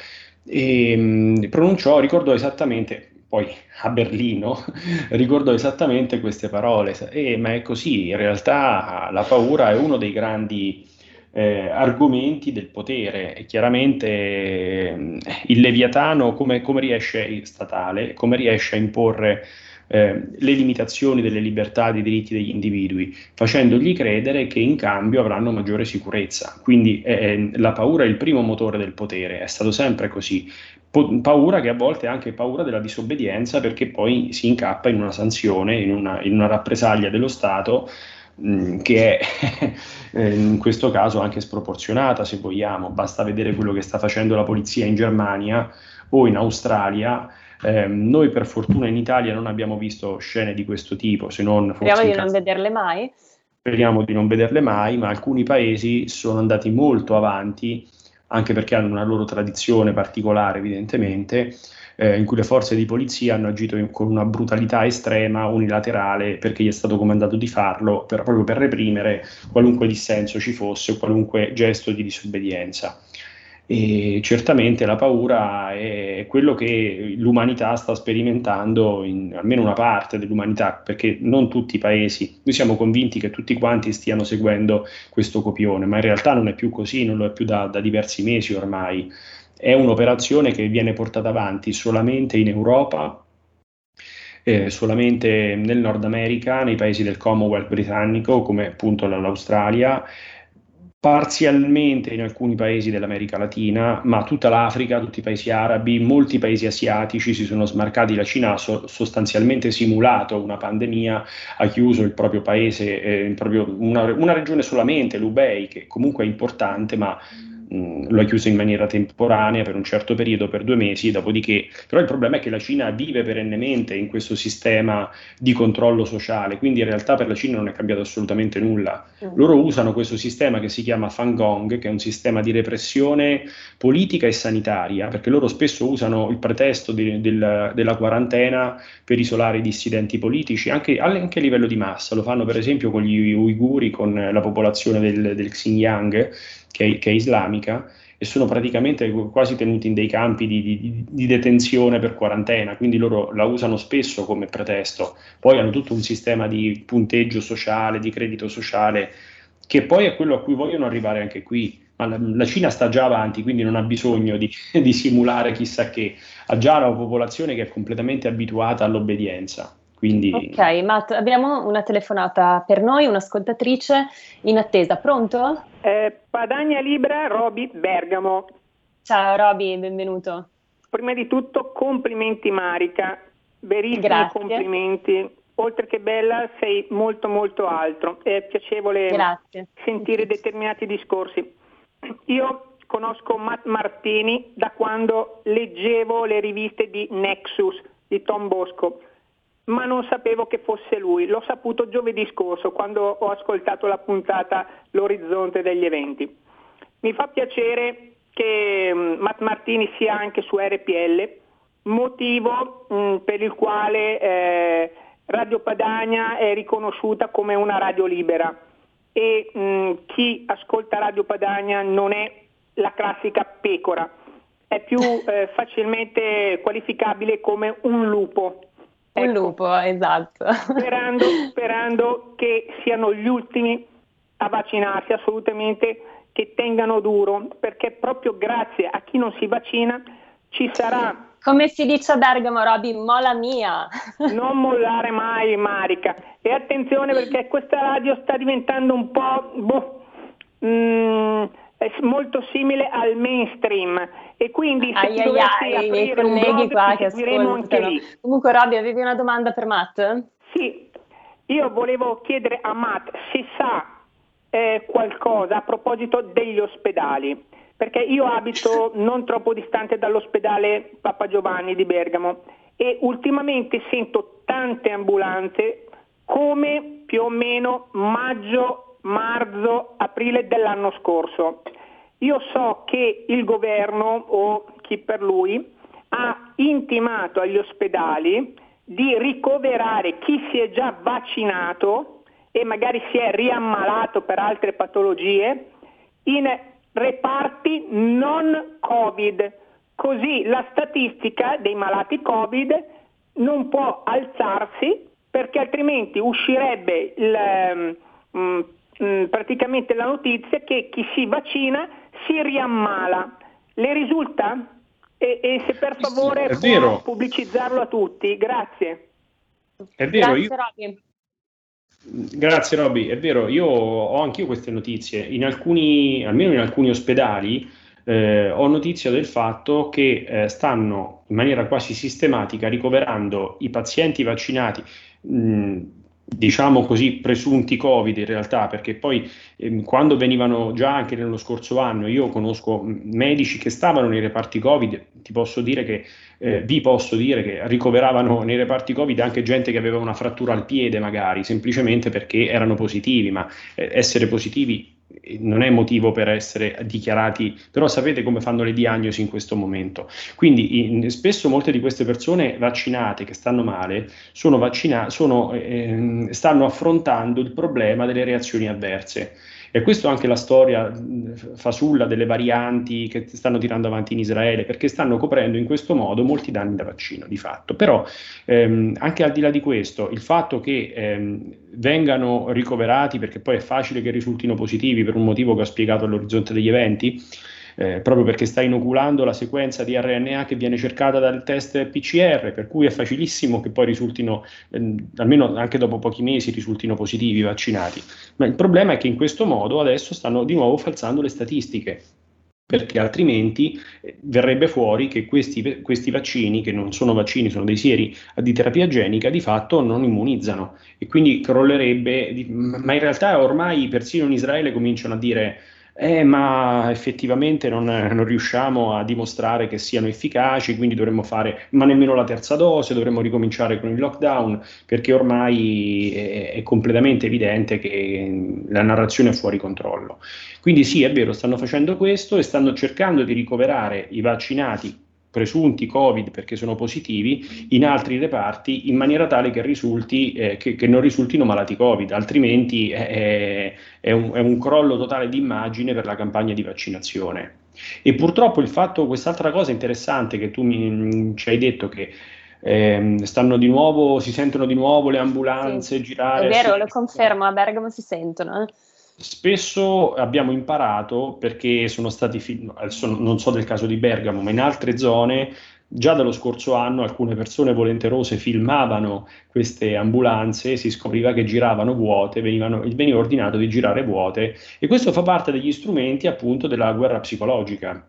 Speaker 3: e ricordò esattamente, poi a Berlino, ricordò esattamente queste parole, ma è così, in realtà la paura è uno dei grandi argomenti del potere, e chiaramente il Leviatano come riesce statale, come riesce a imporre le limitazioni delle libertà e dei diritti degli individui, facendogli credere che in cambio avranno maggiore sicurezza. Quindi la paura è il primo motore del potere, è stato sempre così. Paura che a volte è anche paura della disobbedienza, perché poi si incappa in una sanzione, in una rappresaglia dello Stato, che è in questo caso anche sproporzionata, se vogliamo. Basta vedere quello che sta facendo la polizia in Germania o in Australia. Noi per fortuna in Italia non abbiamo visto scene di questo tipo, se non forse
Speaker 2: speriamo di non vederle mai.
Speaker 3: Speriamo di non vederle mai, ma alcuni paesi sono andati molto avanti, anche perché hanno una loro tradizione particolare, evidentemente, in cui le forze di polizia hanno agito con una brutalità estrema, unilaterale, perché gli è stato comandato di farlo, proprio per reprimere qualunque dissenso ci fosse o qualunque gesto di disobbedienza. E certamente la paura è quello che l'umanità sta sperimentando, almeno una parte dell'umanità, perché non tutti i paesi, noi siamo convinti che tutti quanti stiano seguendo questo copione, ma in realtà non è più così, non lo è più da diversi mesi ormai. È un'operazione che viene portata avanti solamente in Europa, solamente nel Nord America, nei paesi del Commonwealth britannico, come appunto l'Australia, parzialmente in alcuni paesi dell'America Latina, ma tutta l'Africa, tutti i paesi arabi, molti paesi asiatici si sono smarcati. La Cina ha sostanzialmente simulato una pandemia, ha chiuso il proprio paese, una regione solamente, l'Hubei, che comunque è importante, ma lo ha chiuso in maniera temporanea per un certo periodo, per 2 mesi, dopodiché, però il problema è che la Cina vive perennemente in questo sistema di controllo sociale, quindi in realtà per la Cina non è cambiato assolutamente nulla. Loro usano questo sistema che si chiama Fangong, che è un sistema di repressione politica e sanitaria, perché loro spesso usano il pretesto della quarantena per isolare i dissidenti politici, anche a livello di massa. Lo fanno per esempio con gli uiguri, con la popolazione del Xinjiang, che è islamica, e sono praticamente quasi tenuti in dei campi di detenzione per quarantena, quindi loro la usano spesso come pretesto. Poi hanno tutto un sistema di punteggio sociale, di credito sociale, che poi è quello a cui vogliono arrivare anche qui. Ma la Cina sta già avanti, quindi non ha bisogno di simulare chissà che, ha già una popolazione che è completamente abituata all'obbedienza. Quindi...
Speaker 2: Ok, Matt, abbiamo una telefonata per noi, un'ascoltatrice in attesa. Pronto?
Speaker 9: Padania Libra, Roby, Bergamo.
Speaker 2: Ciao Roby, benvenuto.
Speaker 9: Prima di tutto complimenti Marica, verissimi
Speaker 2: Grazie.
Speaker 9: Complimenti. Oltre che bella, sei molto molto altro. È piacevole sentire determinati discorsi. Io conosco Matt Martini da quando leggevo le riviste di Nexus di Tom Bosco, ma non sapevo che fosse lui. L'ho saputo giovedì scorso quando ho ascoltato la puntata L'orizzonte degli eventi. Mi fa piacere che Matt Martini sia anche su RPL, motivo per il quale Radio Padania è riconosciuta come una radio libera, e chi ascolta Radio Padania non è la classica pecora, è più facilmente qualificabile come un lupo.
Speaker 2: Un lupo, esatto.
Speaker 9: Sperando che siano gli ultimi a vaccinarsi, assolutamente, che tengano duro, perché proprio grazie a chi non si vaccina ci sarà...
Speaker 2: Come si dice a Bergamo, Roby, mola mia.
Speaker 9: Non mollare mai, Marica. E attenzione, perché questa radio sta diventando un po' è molto simile al mainstream, e quindi se ti dovessi aprire un blog
Speaker 2: qua
Speaker 9: ti
Speaker 2: che
Speaker 9: seguiremo anche lì.
Speaker 2: Comunque Roby, avevi una domanda per Matt?
Speaker 9: Sì, io volevo chiedere a Matt se sa qualcosa a proposito degli ospedali, perché io abito non troppo distante dall'ospedale Papa Giovanni di Bergamo e ultimamente sento tante ambulanze come più o meno maggio, marzo, aprile dell'anno scorso. Io so che il governo o chi per lui ha intimato agli ospedali di ricoverare chi si è già vaccinato e magari si è riammalato per altre patologie in reparti non Covid, così la statistica dei malati Covid non può alzarsi, perché altrimenti uscirebbe praticamente la notizia che chi si vaccina si riammala. Le risulta? E se per favore può pubblicizzarlo a tutti, grazie.
Speaker 3: È vero,
Speaker 2: Grazie, Roby.
Speaker 3: Grazie Roby, è vero, io ho anch'io queste notizie, almeno in alcuni ospedali ho notizia del fatto che stanno in maniera quasi sistematica ricoverando i pazienti vaccinati, diciamo così, presunti Covid in realtà, perché poi quando venivano già anche nello scorso anno, io conosco medici che stavano nei reparti Covid, vi posso dire che ricoveravano nei reparti Covid anche gente che aveva una frattura al piede magari, semplicemente perché erano positivi, ma essere positivi non è motivo per essere dichiarati, però sapete come fanno le diagnosi in questo momento. Spesso molte di queste persone vaccinate che stanno male stanno affrontando il problema delle reazioni avverse. E questo è anche la storia fasulla delle varianti che stanno tirando avanti in Israele, perché stanno coprendo in questo modo molti danni da vaccino di fatto. Però anche al di là di questo, il fatto che vengano ricoverati, perché poi è facile che risultino positivi per un motivo che ho spiegato all'orizzonte degli eventi, proprio perché sta inoculando la sequenza di RNA che viene cercata dal test PCR, per cui è facilissimo che poi risultino, almeno anche dopo pochi mesi, risultino positivi vaccinati. Ma il problema è che in questo modo adesso stanno di nuovo falsando le statistiche, perché altrimenti verrebbe fuori che questi vaccini, che non sono vaccini, sono dei sieri di terapia genica, di fatto non immunizzano, e quindi crollerebbe, ma in realtà ormai persino in Israele cominciano a dire Ma effettivamente non riusciamo a dimostrare che siano efficaci, quindi dovremmo fare, ma nemmeno la terza dose, dovremmo ricominciare con il lockdown, perché ormai è completamente evidente che la narrazione è fuori controllo. Quindi sì, è vero, stanno facendo questo e stanno cercando di ricoverare i vaccinati presunti Covid perché sono positivi in altri reparti in maniera tale che risulti che non risultino malati Covid, altrimenti è un crollo totale di immagine per la campagna di vaccinazione. E purtroppo quest'altra cosa interessante che tu ci hai detto che si sentono di nuovo le ambulanze girare.
Speaker 2: È vero, lo confermo, a Bergamo si sentono.
Speaker 3: Spesso abbiamo imparato, perché sono stati non so del caso di Bergamo, ma in altre zone già dallo scorso anno alcune persone volenterose filmavano queste ambulanze, si scopriva che giravano vuote, veniva ordinato di girare vuote, e questo fa parte degli strumenti appunto della guerra psicologica.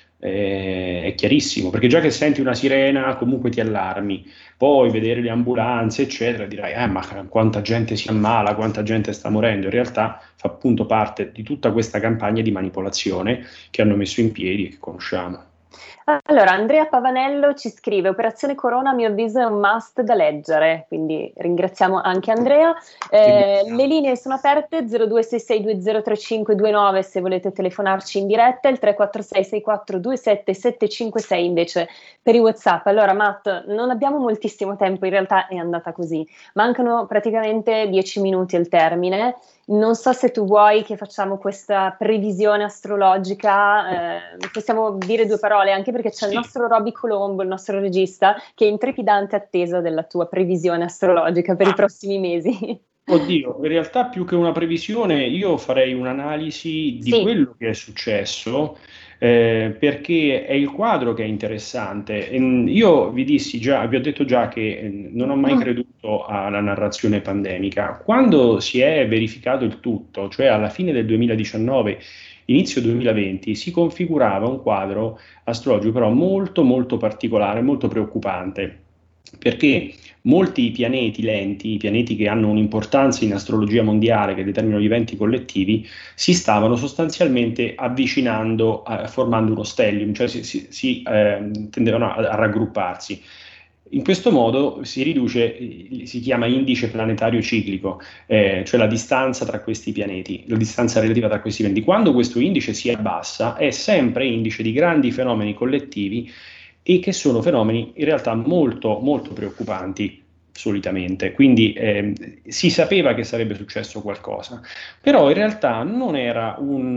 Speaker 3: È chiarissimo, perché già che senti una sirena comunque ti allarmi, poi vedere le ambulanze eccetera dirai ma quanta gente si ammala, quanta gente sta morendo. In realtà fa appunto parte di tutta questa campagna di manipolazione che hanno messo in piedi e che conosciamo.
Speaker 2: Allora, Andrea Pavanello ci scrive: Operazione Corona a mio avviso è un must da leggere, quindi ringraziamo anche Andrea. Le linee sono aperte 0266203529 se volete telefonarci in diretta, il 34664277756 invece per i WhatsApp. Allora Matt, non abbiamo moltissimo tempo, in realtà è andata così, mancano praticamente 10 minuti al termine. Non so se tu vuoi che facciamo questa previsione astrologica, possiamo dire due parole, anche perché c'è il nostro Roby Colombo, il nostro regista, che è in trepidante attesa della tua previsione astrologica per i prossimi mesi.
Speaker 3: Oddio, in realtà più che una previsione io farei un'analisi di quello che è successo, perché è il quadro che è interessante. Io vi ho detto già che non ho mai creduto alla narrazione pandemica. Quando si è verificato il tutto, cioè alla fine del 2019, inizio 2020, si configurava un quadro astrologico però molto molto particolare, molto preoccupante, perché molti pianeti lenti, i pianeti che hanno un'importanza in astrologia mondiale, che determinano gli eventi collettivi, si stavano sostanzialmente avvicinando, formando uno stellium, cioè si tendevano a raggrupparsi. In questo modo si chiama indice planetario ciclico, cioè la distanza tra questi pianeti, la distanza relativa tra questi pianeti. Quando questo indice si abbassa, è sempre indice di grandi fenomeni collettivi, e che sono fenomeni in realtà molto, molto preoccupanti solitamente. Quindi si sapeva che sarebbe successo qualcosa, però in realtà non era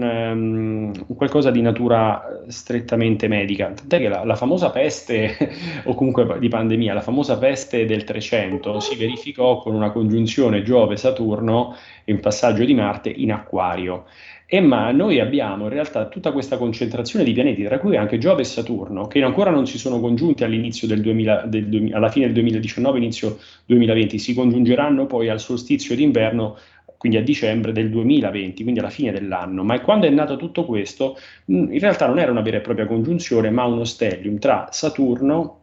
Speaker 3: un qualcosa di natura strettamente medica, tant'è che la famosa peste, o comunque di pandemia, la famosa peste del 300 si verificò con una congiunzione Giove-Saturno e un passaggio di Marte in Acquario. Ma noi abbiamo in realtà tutta questa concentrazione di pianeti, tra cui anche Giove e Saturno, che ancora non si sono congiunti all'inizio alla fine del 2019, inizio 2020, si congiungeranno poi al solstizio d'inverno, quindi a dicembre del 2020, quindi alla fine dell'anno. Ma quando è nato tutto questo, in realtà non era una vera e propria congiunzione, ma uno stellium tra Saturno,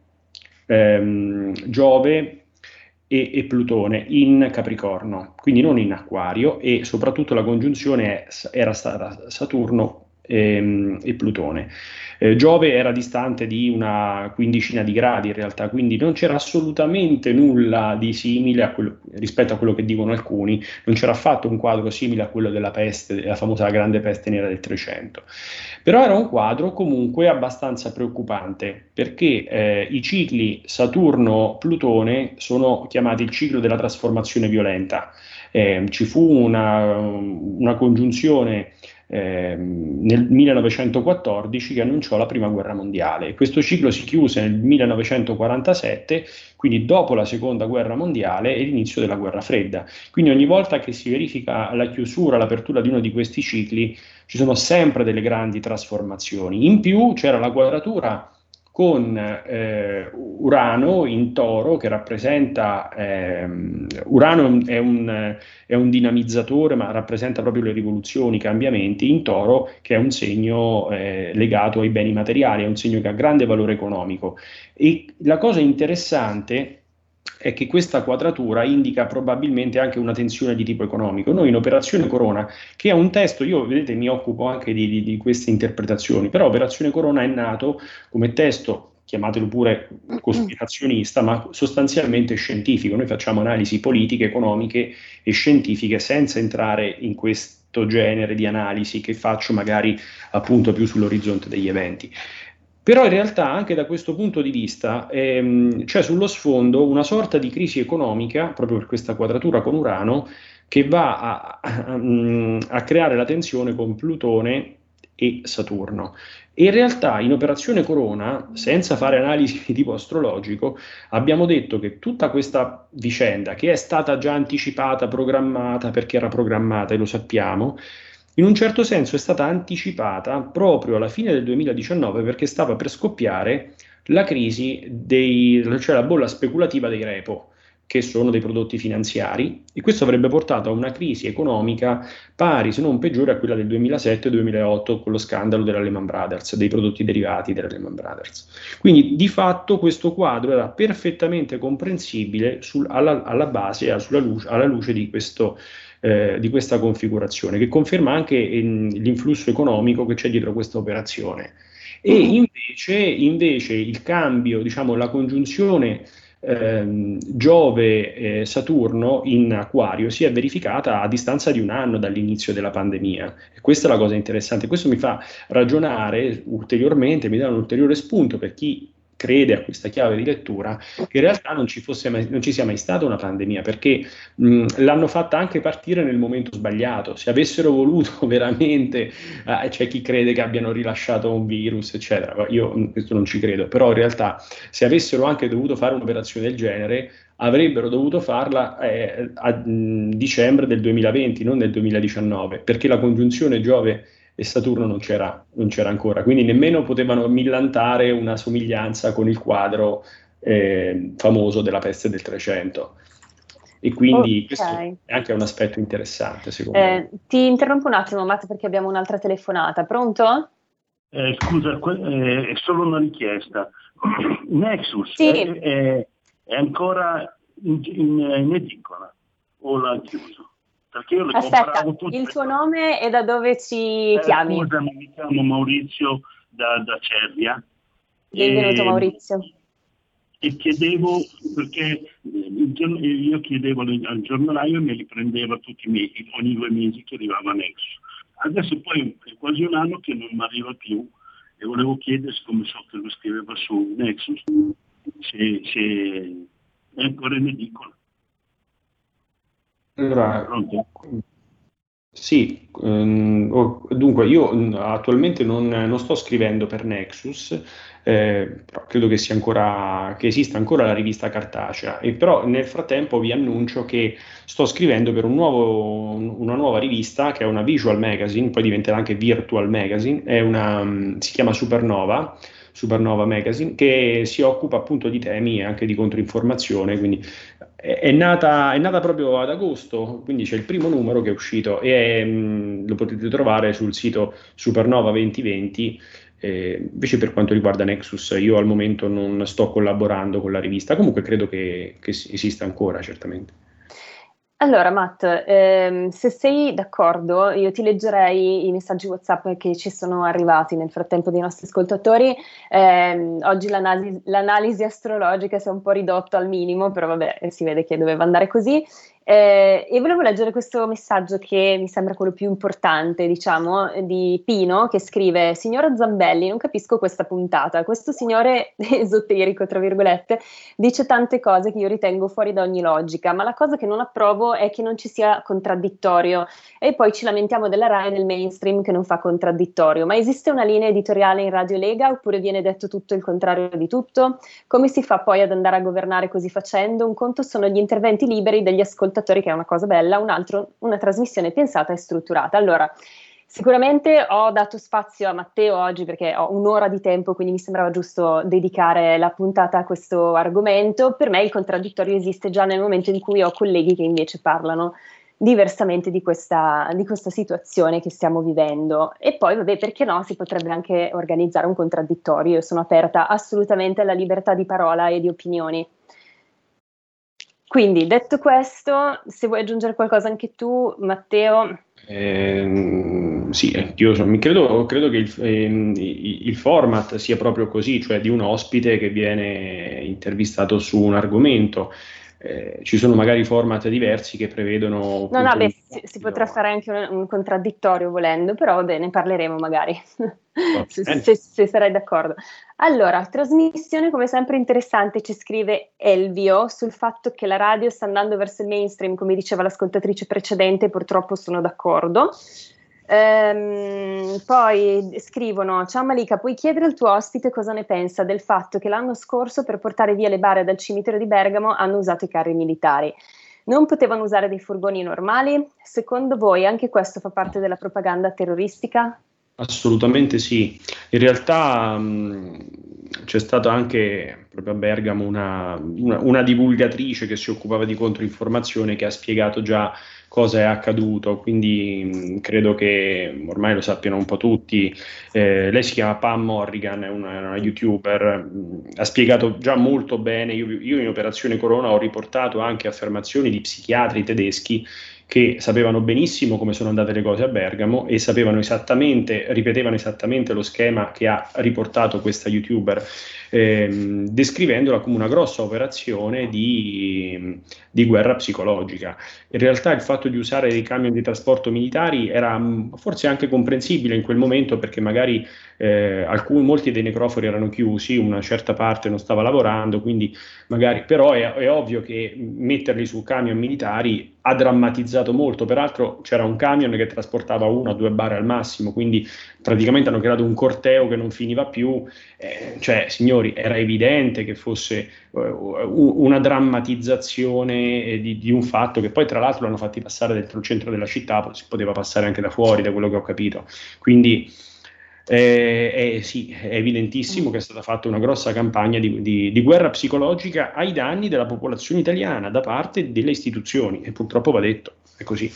Speaker 3: Giove e Plutone in Capricorno, quindi non in Acquario, e soprattutto la congiunzione era stata Saturno e Plutone. Giove era distante di una quindicina di gradi in realtà, quindi non c'era assolutamente nulla di simile rispetto a quello che dicono alcuni, non c'era affatto un quadro simile a quello della peste, la famosa grande peste nera del 300. Però era un quadro comunque abbastanza preoccupante, perché i cicli Saturno-Plutone sono chiamati il ciclo della trasformazione violenta. Ci fu una congiunzione nel 1914 che annunciò la prima guerra mondiale. Questo ciclo si chiuse nel 1947, quindi dopo la seconda guerra mondiale e l'inizio della guerra fredda. Quindi ogni volta che si verifica la chiusura, l'apertura di uno di questi cicli, ci sono sempre delle grandi trasformazioni. In più c'era la quadratura con Urano in Toro, che rappresenta Urano è un dinamizzatore, ma rappresenta proprio le rivoluzioni, i cambiamenti, in Toro, che è un segno legato ai beni materiali, è un segno che ha grande valore economico. E la cosa interessante è che questa quadratura indica probabilmente anche una tensione di tipo economico. Noi in Operazione Corona, che è un testo, io vedete mi occupo anche di queste interpretazioni, però Operazione Corona è nato come testo, chiamatelo pure cospirazionista, ma sostanzialmente scientifico. Noi facciamo analisi politiche, economiche e scientifiche senza entrare in questo genere di analisi che faccio magari appunto più sull'orizzonte degli eventi. Però in realtà anche da questo punto di vista c'è sullo sfondo una sorta di crisi economica, proprio per questa quadratura con Urano, che va a creare la tensione con Plutone e Saturno. E in realtà in Operazione Corona, senza fare analisi di tipo astrologico, abbiamo detto che tutta questa vicenda, che è stata già anticipata, programmata, perché era programmata e lo sappiamo, in un certo senso è stata anticipata proprio alla fine del 2019 perché stava per scoppiare la crisi cioè la bolla speculativa dei repo, che sono dei prodotti finanziari, e questo avrebbe portato a una crisi economica pari, se non peggiore, a quella del 2007-2008 con lo scandalo della Lehman Brothers, dei prodotti derivati della Lehman Brothers. Quindi di fatto questo quadro era perfettamente comprensibile alla base, alla luce di questa configurazione, che conferma anche l'influsso economico che c'è dietro questa operazione. E invece il cambio, diciamo la congiunzione Giove-Saturno in Acquario si è verificata a distanza di un anno dall'inizio della pandemia, e questa è la cosa interessante. Questo mi fa ragionare ulteriormente, mi dà un ulteriore spunto per chi crede a questa chiave di lettura, che in realtà non ci sia mai stata una pandemia, perché l'hanno fatta anche partire nel momento sbagliato. Se avessero voluto veramente, c'è chi crede che abbiano rilasciato un virus, eccetera, io questo non ci credo, però in realtà se avessero anche dovuto fare un'operazione del genere, avrebbero dovuto farla a dicembre del 2020, non nel 2019, perché la congiunzione Giove e Saturno non c'era ancora, quindi nemmeno potevano millantare una somiglianza con il quadro famoso della peste del 300. E quindi questo è anche un aspetto interessante, secondo me.
Speaker 2: Ti interrompo un attimo, Matt, perché abbiamo un'altra telefonata. Pronto?
Speaker 10: Scusa, è solo una richiesta. Nexus
Speaker 2: sì.
Speaker 10: è ancora in edicola o l'ha chiuso?
Speaker 2: Aspetta, il tuo nome e da dove ci chiami?
Speaker 10: Scusami, mi chiamo Maurizio da Cervia.
Speaker 2: Benvenuto Maurizio.
Speaker 10: E chiedevo, perché io chiedevo al giornalaio e me li prendeva tutti i mesi, ogni 2 mesi che arrivava Nexus. Adesso poi è quasi un anno che non mi arriva più e volevo chiedere, siccome so che lo scriveva su Nexus, se è ancora in edicola.
Speaker 3: Allora, sì, dunque io attualmente non sto scrivendo per Nexus, però credo che esista ancora la rivista cartacea, e però nel frattempo vi annuncio che sto scrivendo per una nuova rivista che è una visual magazine, poi diventerà anche virtual magazine, si chiama Supernova Magazine, che si occupa appunto di temi e anche di controinformazione, quindi è nata proprio ad agosto, quindi c'è il primo numero che è uscito e lo potete trovare sul sito Supernova 2020. Invece per quanto riguarda Nexus io al momento non sto collaborando con la rivista, comunque credo che esista ancora, certamente.
Speaker 2: Allora Matt, se sei d'accordo io ti leggerei i messaggi WhatsApp che ci sono arrivati nel frattempo dei nostri ascoltatori. Oggi l'analisi astrologica si è un po' ridotta al minimo, però vabbè, si vede che doveva andare così. E volevo leggere questo messaggio che mi sembra quello più importante, diciamo, di Pino, che scrive: Signora Zambelli, non capisco questa puntata, questo signore esoterico, tra virgolette, dice tante cose che io ritengo fuori da ogni logica, ma la cosa che non approvo è che non ci sia contraddittorio, e poi ci lamentiamo della RAI e del mainstream che non fa contraddittorio. Ma esiste una linea editoriale in Radio Lega oppure viene detto tutto il contrario di tutto? Come si fa poi ad andare a governare così facendo? Un conto sono gli interventi liberi degli ascoltatori, che è una cosa bella, un altro una trasmissione pensata e strutturata. Allora, sicuramente ho dato spazio a Matteo oggi perché ho un'ora di tempo, quindi mi sembrava giusto dedicare la puntata a questo argomento. Per me il contraddittorio esiste già nel momento in cui ho colleghi che invece parlano diversamente di questa situazione che stiamo vivendo. E poi, vabbè, perché no, si potrebbe anche organizzare un contraddittorio. Io sono aperta assolutamente alla libertà di parola e di opinioni. Quindi, detto questo, se vuoi aggiungere qualcosa anche tu, Matteo.
Speaker 3: Sì, credo che il format sia proprio così, cioè di un ospite che viene intervistato su un argomento. Ci sono magari format diversi che prevedono...
Speaker 2: Si potrà fare anche un contraddittorio volendo, però vabbè, ne parleremo magari, se sarai d'accordo. Allora, trasmissione come sempre interessante, ci scrive Elvio sul fatto che la radio sta andando verso il mainstream, come diceva l'ascoltatrice precedente, purtroppo sono d'accordo. Poi scrivono: ciao Malika, puoi chiedere al tuo ospite cosa ne pensa del fatto che l'anno scorso per portare via le bare dal cimitero di Bergamo hanno usato i carri militari? Non potevano usare dei furgoni normali? Secondo voi anche questo fa parte della propaganda terroristica?
Speaker 3: Assolutamente sì. In realtà c'è stata anche proprio a Bergamo una divulgatrice che si occupava di controinformazione che ha spiegato già cosa è accaduto, quindi credo che ormai lo sappiano un po' tutti. Lei si chiama Pam Morrigan, è una YouTuber, ha spiegato già molto bene. Io in Operazione Corona ho riportato anche affermazioni di psichiatri tedeschi che sapevano benissimo come sono andate le cose a Bergamo e ripetevano esattamente lo schema che ha riportato questa YouTuber, descrivendola come una grossa operazione di guerra psicologica. In realtà il fatto di usare dei camion di trasporto militari era forse anche comprensibile in quel momento, perché magari molti dei necrofori erano chiusi, una certa parte non stava lavorando, quindi magari, però è ovvio che metterli su camion militari ha drammatizzato molto. Peraltro c'era un camion che trasportava 1 o 2 bare al massimo, quindi praticamente hanno creato un corteo che non finiva più. Cioè, signori, era evidente che fosse una drammatizzazione di un fatto che poi tra l'altro l'hanno fatti passare dentro il centro della città, si poteva passare anche da fuori, da quello che ho capito. Quindi sì, è evidentissimo che è stata fatta una grossa campagna di guerra psicologica ai danni della popolazione italiana da parte delle istituzioni, e purtroppo va detto, è così.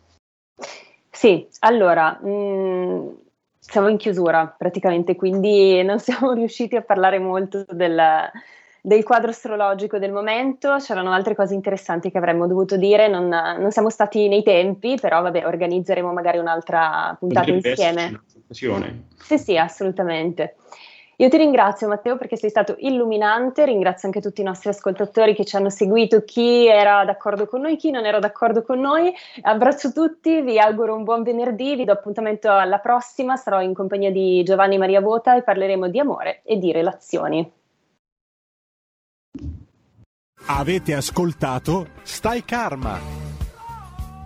Speaker 2: Sì, allora, siamo in chiusura praticamente, quindi non siamo riusciti a parlare molto del quadro astrologico del momento. C'erano altre cose interessanti che avremmo dovuto dire, non siamo stati nei tempi, però vabbè, organizzeremo magari un'altra puntata insieme. Sì, assolutamente. Io ti ringrazio Matteo perché sei stato illuminante, ringrazio anche tutti i nostri ascoltatori che ci hanno seguito, chi era d'accordo con noi, chi non era d'accordo con noi. Abbraccio tutti, vi auguro un buon venerdì, vi do appuntamento alla prossima, sarò in compagnia di Giovanni Maria Vota e parleremo di amore e di relazioni.
Speaker 1: Avete ascoltato Stai Karma.